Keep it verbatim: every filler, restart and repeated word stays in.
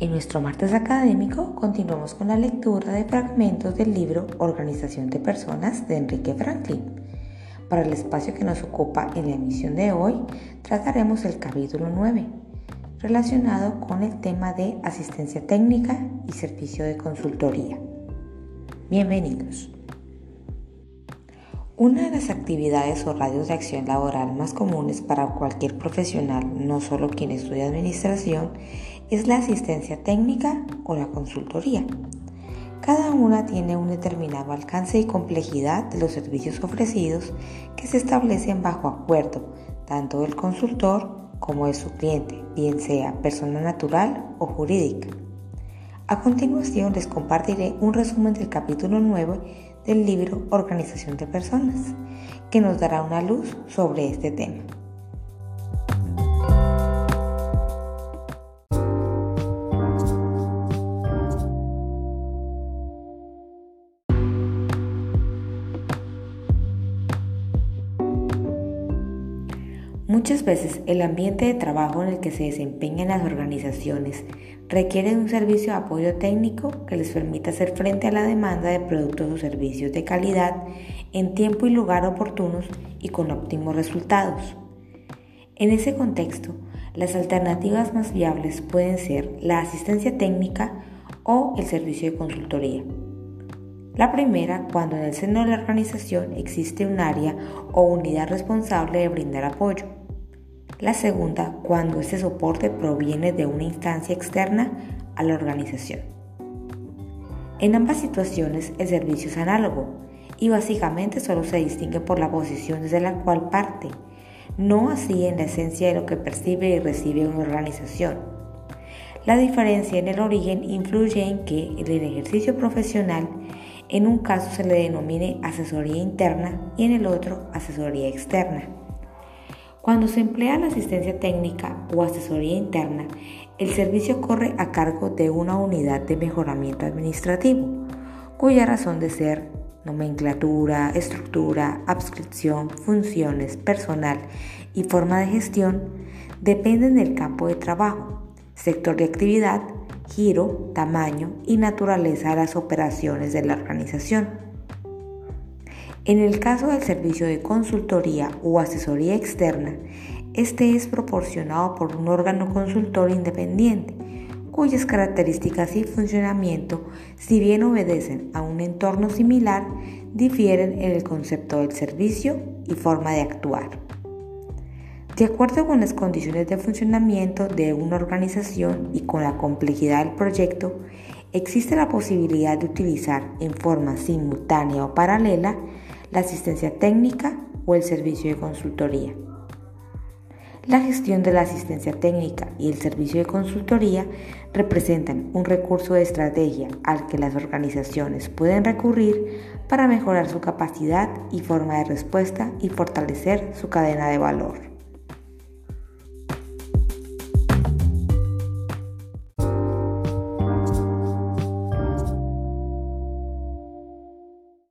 En nuestro martes académico continuamos con la lectura de fragmentos del libro Organización de Personas de Enrique Franklin. Para el espacio que nos ocupa en la emisión de hoy, trataremos el capítulo nueve, relacionado con el tema de asistencia técnica y servicio de consultoría. Bienvenidos. Una de las actividades o radios de acción laboral más comunes para cualquier profesional, no solo quien estudia administración, es la asistencia técnica o la consultoría. Cada una tiene un determinado alcance y complejidad de los servicios ofrecidos que se establecen bajo acuerdo tanto del consultor como de su cliente, bien sea persona natural o jurídica. A continuación les compartiré un resumen del capítulo nueve del libro Organización de Personas, que nos dará una luz sobre este tema. Muchas veces el ambiente de trabajo en el que se desempeñan las organizaciones requiere de un servicio de apoyo técnico que les permita hacer frente a la demanda de productos o servicios de calidad en tiempo y lugar oportunos y con óptimos resultados. En ese contexto, las alternativas más viables pueden ser la asistencia técnica o el servicio de consultoría. La primera, cuando en el seno de la organización existe un área o unidad responsable de brindar apoyo. La segunda, cuando este soporte proviene de una instancia externa a la organización. En ambas situaciones, el servicio es análogo y básicamente solo se distingue por la posición desde la cual parte, no así en la esencia de lo que percibe y recibe una organización. La diferencia en el origen influye en que en el ejercicio profesional, en un caso se le denomine asesoría interna y en el otro asesoría externa. Cuando se emplea la asistencia técnica o asesoría interna, el servicio corre a cargo de una unidad de mejoramiento administrativo, cuya razón de ser, nomenclatura, estructura, adscripción, funciones, personal y forma de gestión dependen del campo de trabajo, sector de actividad, giro, tamaño y naturaleza de las operaciones de la organización. En el caso del servicio de consultoría o asesoría externa, este es proporcionado por un órgano consultor independiente, cuyas características y funcionamiento, si bien obedecen a un entorno similar, difieren en el concepto del servicio y forma de actuar. De acuerdo con las condiciones de funcionamiento de una organización y con la complejidad del proyecto, existe la posibilidad de utilizar en forma simultánea o paralela la asistencia técnica o el servicio de consultoría. La gestión de la asistencia técnica y el servicio de consultoría representan un recurso de estrategia al que las organizaciones pueden recurrir para mejorar su capacidad y forma de respuesta y fortalecer su cadena de valor.